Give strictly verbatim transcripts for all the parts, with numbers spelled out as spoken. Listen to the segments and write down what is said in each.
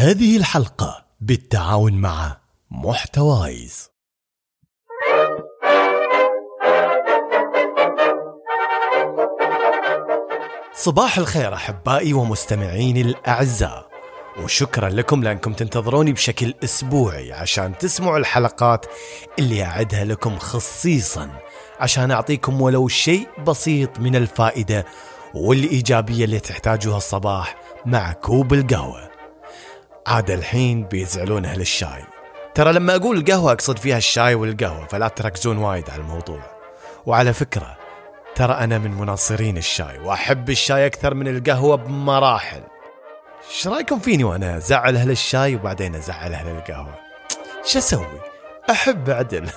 هذه الحلقة بالتعاون مع محتوايز. صباح الخير أحبائي ومستمعيني الأعزاء، وشكرا لكم لأنكم تنتظروني بشكل أسبوعي عشان تسمعوا الحلقات اللي أعدها لكم خصيصا عشان أعطيكم ولو شيء بسيط من الفائدة والإيجابية اللي تحتاجوها الصباح مع كوب القهوة. عاد الحين بيزعلون أهل الشاي، ترى لما أقول القهوة أقصد فيها الشاي والقهوة، فلا تركزون وايد على الموضوع. وعلى فكرة ترى أنا من مناصرين الشاي وأحب الشاي أكثر من القهوة بمراحل. ايش رايكم فيني وأنا أزعل أهل الشاي وبعدين أزعل أهل القهوة؟ شو أسوي؟ أحب أعدل.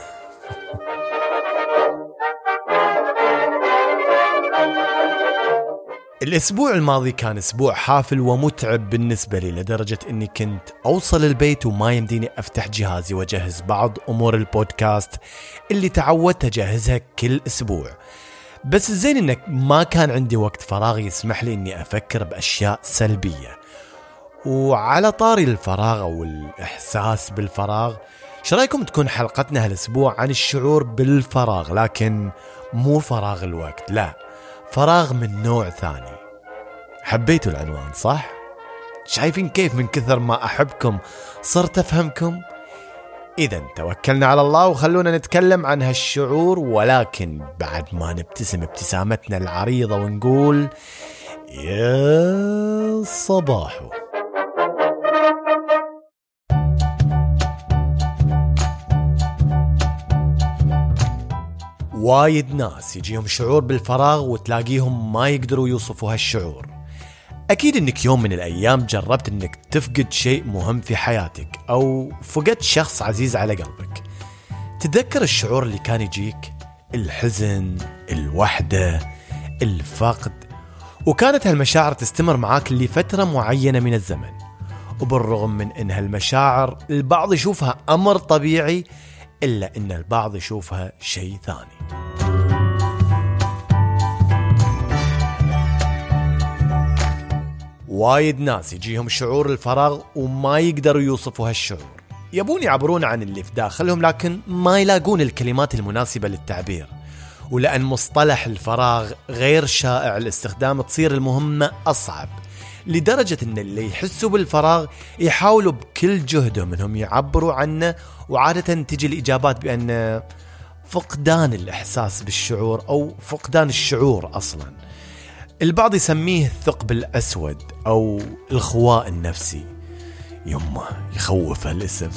الأسبوع الماضي كان أسبوع حافل ومتعب بالنسبة لي لدرجة أني كنت أوصل البيت وما يمديني أفتح جهازي وأجهز بعض أمور البودكاست اللي تعودت أجهزها كل أسبوع. بس الزين أنك ما كان عندي وقت فراغ يسمح لي أني أفكر بأشياء سلبية. وعلى طاري الفراغ أو الإحساس بالفراغ، شو رأيكم تكون حلقتنا هالأسبوع عن الشعور بالفراغ، لكن مو فراغ الوقت، لا، فراغ من نوع ثاني. حبيتوا العنوان صح؟ شايفين كيف من كثر ما أحبكم صرت أفهمكم؟ إذن توكلنا على الله وخلونا نتكلم عن هالشعور، ولكن بعد ما نبتسم ابتسامتنا العريضة ونقول يا صباحو. وايد ناس يجيهم شعور بالفراغ وتلاقيهم ما يقدروا يوصفوا هالشعور. أكيد إنك يوم من الأيام جربت إنك تفقد شيء مهم في حياتك أو فقدت شخص عزيز على قلبك. تتذكر الشعور اللي كان يجيك؟ الحزن، الوحدة، الفقد، وكانت هالمشاعر تستمر معاك لفترة معينة من الزمن. وبالرغم من إن هالمشاعر البعض يشوفها أمر طبيعي، إلا إن البعض يشوفها شيء ثاني. وايد ناس يجيهم شعور الفراغ وما يقدروا يوصفوا هالشعور، يبون يعبرون عن اللي في داخلهم لكن ما يلاقون الكلمات المناسبة للتعبير. ولأن مصطلح الفراغ غير شائع الاستخدام تصير المهمة أصعب، لدرجة أن اللي يحسوا بالفراغ يحاولوا بكل جهدهم أنهم يعبروا عنه، وعادة تجي الإجابات بأن فقدان الإحساس بالشعور أو فقدان الشعور أصلا. البعض يسميه الثقب الأسود أو الخواء النفسي. يمه يخوف هالاسم.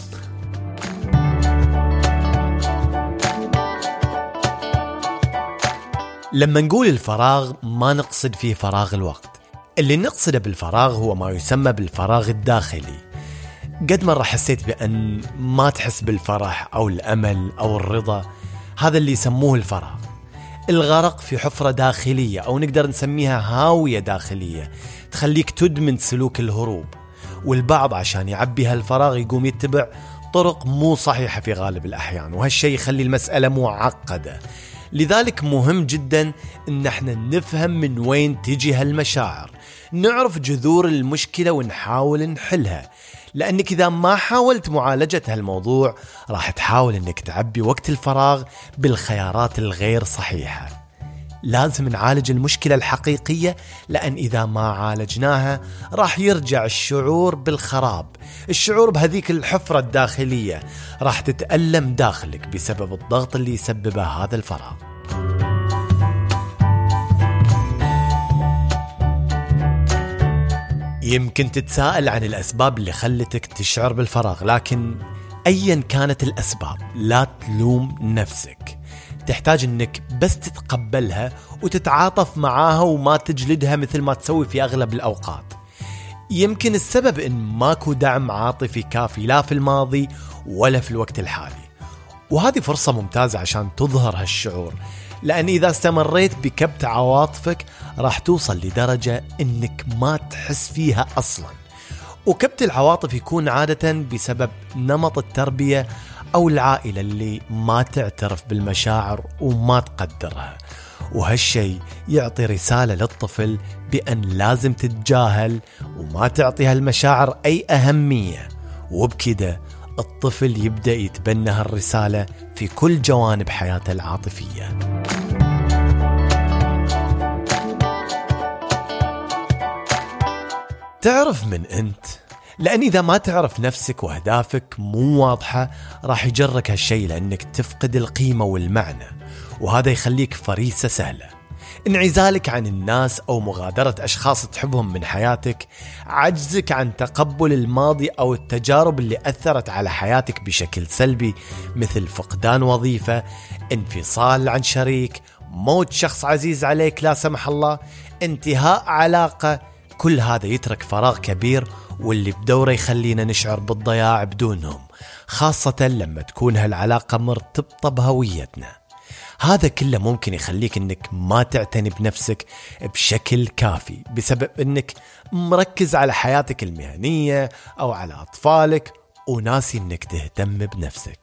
لما نقول الفراغ ما نقصد فيه فراغ الوقت، اللي نقصده بالفراغ هو ما يسمى بالفراغ الداخلي. قد مرة حسيت بأن ما تحس بالفرح أو الأمل أو الرضا، هذا اللي يسموه الفراغ. الغرق في حفرة داخلية أو نقدر نسميها هاوية داخلية تخليك تدمن سلوك الهروب. والبعض عشان يعبي هالفراغ يقوم يتبع طرق مو صحيحة في غالب الأحيان، وهالشيء يخلي المسألة معقدة. لذلك مهم جدا ان احنا نفهم من وين تجي هالمشاعر، نعرف جذور المشكلة ونحاول نحلها. لأنك إذا ما حاولت معالجة هالموضوع راح تحاول أنك تعبي وقت الفراغ بالخيارات الغير صحيحة. لازم نعالج المشكلة الحقيقية، لأن إذا ما عالجناها راح يرجع الشعور بالخراب، الشعور بهذيك الحفرة الداخلية، راح تتألم داخلك بسبب الضغط اللي يسببه هذا الفراغ. يمكن تتساءل عن الأسباب اللي خلتك تشعر بالفراغ، لكن أيا كانت الأسباب لا تلوم نفسك. تحتاج أنك بس تتقبلها وتتعاطف معاها وما تجلدها مثل ما تسوي في أغلب الأوقات. يمكن السبب إن ماكو دعم عاطفي كافي لا في الماضي ولا في الوقت الحالي، وهذه فرصة ممتازة عشان تظهر هالشعور. لأن إذا استمريت بكبت عواطفك راح توصل لدرجة إنك ما تحس فيها أصلا. وكبت العواطف يكون عادة بسبب نمط التربية أو العائلة اللي ما تعترف بالمشاعر وما تقدرها. وهالشي يعطي رسالة للطفل بأن لازم تتجاهل وما تعطي هالمشاعر أي أهمية، وبكده الطفل يبدأ يتبنى هالرسالة في كل جوانب حياته العاطفية. تعرف من أنت؟ لأن إذا ما تعرف نفسك وأهدافك مو واضحة راح يجرك هالشي لأنك تفقد القيمة والمعنى، وهذا يخليك فريسة سهلة. انعزالك عن الناس أو مغادرة أشخاص تحبهم من حياتك، عجزك عن تقبل الماضي أو التجارب اللي أثرت على حياتك بشكل سلبي مثل فقدان وظيفة، انفصال عن شريك، موت شخص عزيز عليك لا سمح الله، انتهاء علاقة، كل هذا يترك فراغ كبير واللي بدوره يخلينا نشعر بالضياع بدونهم، خاصة لما تكون هالعلاقة مرتبطة بهويتنا. هذا كله ممكن يخليك انك ما تعتني بنفسك بشكل كافي بسبب انك مركز على حياتك المهنية او على اطفالك وناسي انك تهتم بنفسك.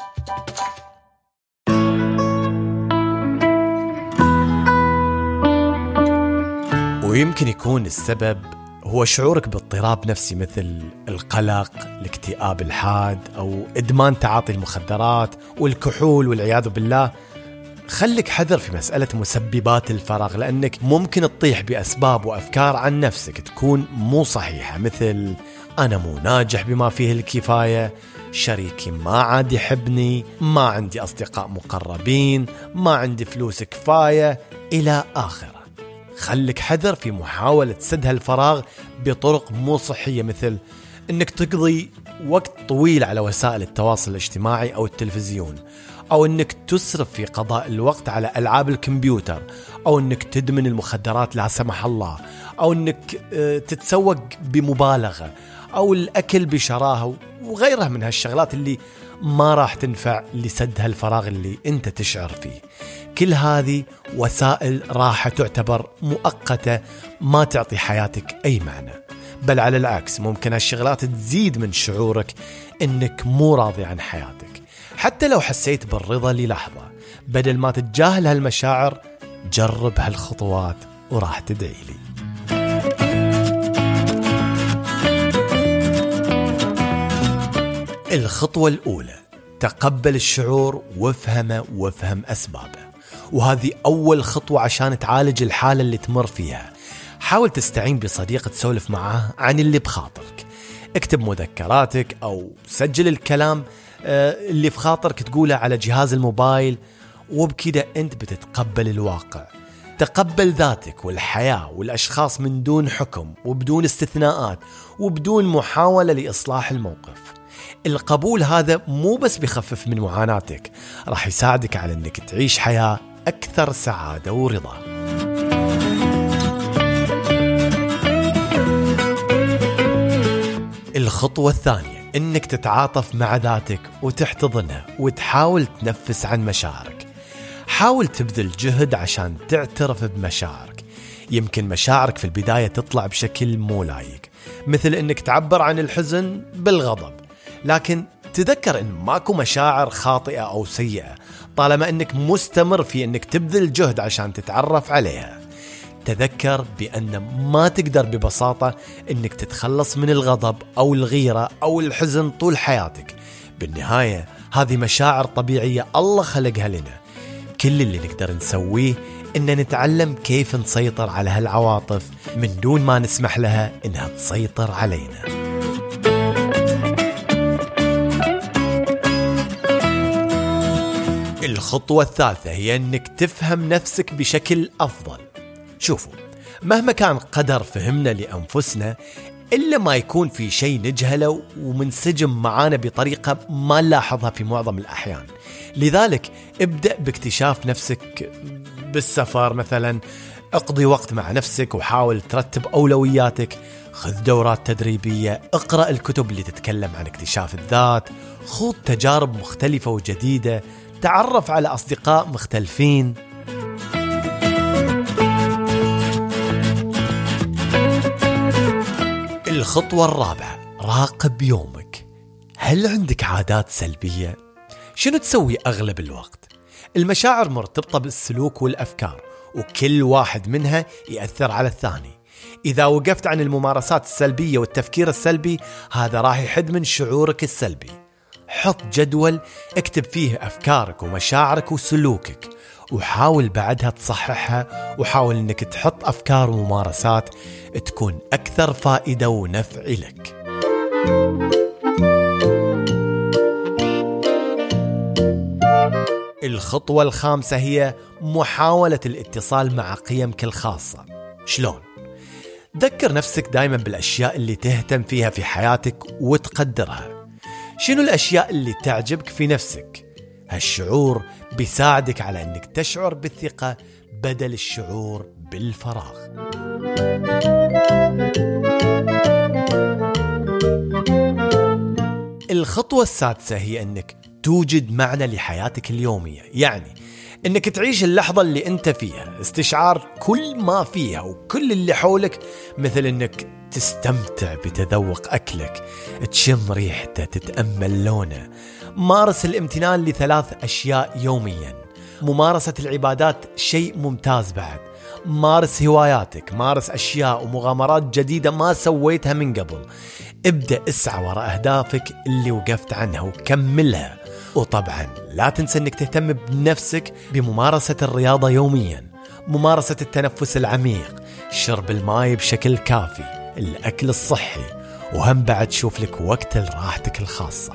ويمكن يكون السبب هو شعورك باضطراب نفسي مثل القلق، الاكتئاب الحاد أو إدمان تعاطي المخدرات والكحول والعياذ بالله. خلك حذر في مسألة مسببات الفراغ، لأنك ممكن تطيح بأسباب وأفكار عن نفسك تكون مو صحيحة، مثل أنا مو ناجح بما فيه الكفاية، شريكي ما عاد يحبني، ما عندي أصدقاء مقربين، ما عندي فلوس كفاية، إلى آخره. خلك حذر في محاولة سد هالفراغ بطرق مو صحية، مثل انك تقضي وقت طويل على وسائل التواصل الاجتماعي او التلفزيون، او انك تسرف في قضاء الوقت على العاب الكمبيوتر، او انك تدمن المخدرات لا سمح الله، او انك تتسوق بمبالغة، او الاكل بشراهة وغيرها من هالشغلات اللي ما راح تنفع لسد هالفراغ اللي انت تشعر فيه. كل هذه وسائل راح تعتبر مؤقتة، ما تعطي حياتك أي معنى، بل على العكس ممكن هالشغلات تزيد من شعورك إنك مو راضي عن حياتك. حتى لو حسيت بالرضا للحظة، بدل ما تتجاهل هالمشاعر جرب هالخطوات وراح تدعي لي. الخطوة الأولى، تقبل الشعور وافهمه وافهم أسبابه، وهذه أول خطوة عشان تعالج الحالة اللي تمر فيها. حاول تستعين بصديق تسولف معاه عن اللي بخاطرك، اكتب مذكراتك أو سجل الكلام اللي بخاطرك تقوله على جهاز الموبايل، وبكده أنت بتتقبل الواقع. تقبل ذاتك والحياة والأشخاص من دون حكم وبدون استثناءات وبدون محاولة لإصلاح الموقف. القبول هذا مو بس بيخفف من معاناتك، راح يساعدك على أنك تعيش حياة أكثر سعادة ورضا. الخطوة الثانية، أنك تتعاطف مع ذاتك وتحتضنها وتحاول تنفس عن مشاعرك. حاول تبذل جهد عشان تعترف بمشاعرك. يمكن مشاعرك في البداية تطلع بشكل مو لايق، مثل أنك تعبر عن الحزن بالغضب، لكن تذكر أن ماكو مشاعر خاطئة أو سيئة طالما أنك مستمر في أنك تبذل جهد عشان تتعرف عليها. تذكر بأن ما تقدر ببساطة أنك تتخلص من الغضب أو الغيرة أو الحزن طول حياتك. بالنهاية هذه مشاعر طبيعية الله خلقها لنا. كل اللي نقدر نسويه إن نتعلم كيف نسيطر على هالعواطف من دون ما نسمح لها إنها تسيطر علينا. الخطوة الثالثة هي أنك تفهم نفسك بشكل أفضل. شوفوا، مهما كان قدر فهمنا لأنفسنا، إلا ما يكون في شيء نجهله ومنسجم معانا بطريقة ما نلاحظها في معظم الأحيان. لذلك ابدأ باكتشاف نفسك بالسفر مثلا، اقضي وقت مع نفسك وحاول ترتب أولوياتك، خذ دورات تدريبية، اقرأ الكتب اللي تتكلم عن اكتشاف الذات، خوض تجارب مختلفة وجديدة، تعرف على أصدقاء مختلفين. الخطوة الرابعة، راقب يومك. هل عندك عادات سلبية؟ شنو تسوي أغلب الوقت؟ المشاعر مرتبطة بالسلوك والأفكار، وكل واحد منها يأثر على الثاني. إذا وقفت عن الممارسات السلبية والتفكير السلبي، هذا راح يحد من شعورك السلبي. حط جدول اكتب فيه أفكارك ومشاعرك وسلوكك، وحاول بعدها تصححها، وحاول انك تحط أفكار وممارسات تكون أكثر فائدة ونفع لك. الخطوة الخامسة هي محاولة الاتصال مع قيمك الخاصة. شلون؟ ذكر نفسك دايما بالأشياء اللي تهتم فيها في حياتك وتقدرها. شنو الأشياء اللي تعجبك في نفسك؟ هالشعور بيساعدك على أنك تشعر بالثقة بدل الشعور بالفراغ. الخطوة السادسة هي أنك توجد معنى لحياتك اليومية، يعني أنك تعيش اللحظة اللي أنت فيها، استشعار كل ما فيها وكل اللي حولك، مثل أنك تستمتع بتذوق أكلك، تشم ريحته، تتأمل لونه. مارس الامتنان لثلاث أشياء يوميا. ممارسة العبادات شيء ممتاز بعد. مارس هواياتك، مارس أشياء ومغامرات جديدة ما سويتها من قبل. ابدأ اسعى وراء أهدافك اللي وقفت عنها وكملها. وطبعا لا تنسى أنك تهتم بنفسك بممارسة الرياضة يوميا، ممارسة التنفس العميق، شرب الماء بشكل كافي، الأكل الصحي، وهم بعد شوف لك وقت لراحتك الخاصة.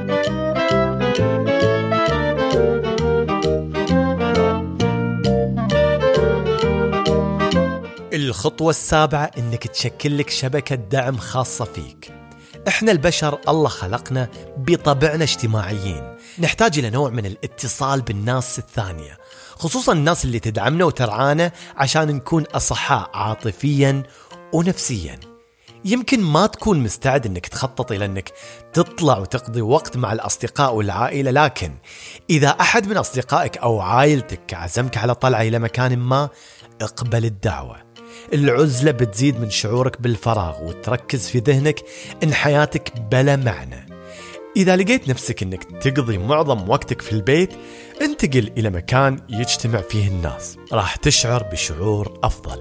الخطوة السابعة إنك تشكل لك شبكة دعم خاصة فيك. إحنا البشر الله خلقنا بطبعنا اجتماعيين، نحتاج إلى نوع من الاتصال بالناس الثانية، خصوصا الناس اللي تدعمنا وترعانا عشان نكون أصحاء عاطفيا ونفسيا. يمكن ما تكون مستعد إنك تخطط إلى إنك تطلع وتقضي وقت مع الأصدقاء والعائلة، لكن إذا أحد من أصدقائك أو عائلتك عزمك على طلعة إلى مكان ما، اقبل الدعوة. العزلة بتزيد من شعورك بالفراغ وتركز في ذهنك إن حياتك بلا معنى. إذا لقيت نفسك إنك تقضي معظم وقتك في البيت، انتقل إلى مكان يجتمع فيه الناس، راح تشعر بشعور أفضل.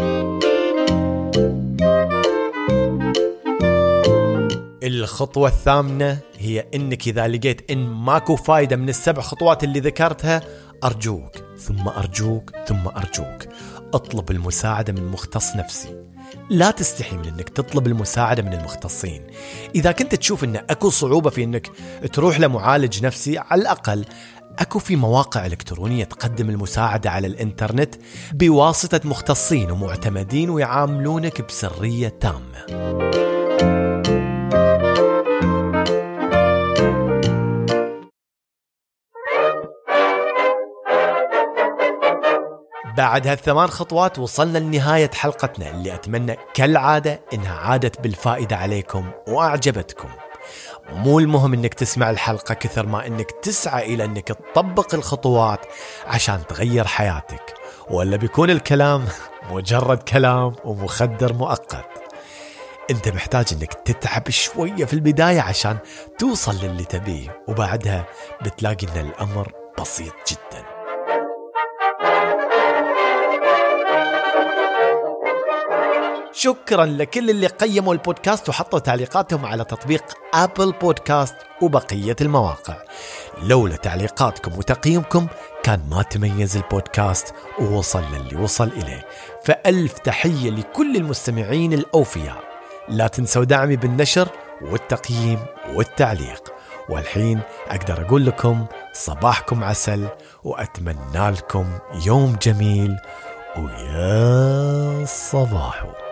الخطوة الثامنة هي إنك إذا لقيت إن ماكو فايدة من السبع خطوات اللي ذكرتها، أرجوك ثم أرجوك ثم أرجوك اطلب المساعدة من مختص نفسي. لا تستحي من إنك تطلب المساعدة من المختصين. إذا كنت تشوف إن أكو صعوبة في إنك تروح لمعالج نفسي، على الأقل أكو في مواقع إلكترونية تقدم المساعدة على الإنترنت بواسطة مختصين ومعتمدين ويعاملونك بسرية تامة. بعد هالثمان خطوات وصلنا لنهاية حلقتنا، اللي أتمنى كالعادة إنها عادت بالفائدة عليكم وأعجبتكم. مو المهم إنك تسمع الحلقة كثر ما إنك تسعى إلى إنك تطبق الخطوات عشان تغير حياتك، ولا بيكون الكلام مجرد كلام ومخدر مؤقت. أنت محتاج إنك تتعب شوية في البداية عشان توصل للي تبيه، وبعدها بتلاقي إن الأمر بسيط جدا. شكرا لكل اللي قيموا البودكاست وحطوا تعليقاتهم على تطبيق أبل بودكاست وبقية المواقع. لولا تعليقاتكم وتقييمكم كان ما تميز البودكاست ووصل للي وصل إليه. فألف تحية لكل المستمعين الأوفياء. لا تنسوا دعمي بالنشر والتقييم والتعليق. والحين أقدر أقول لكم صباحكم عسل، وأتمنى لكم يوم جميل، ويا صباحو.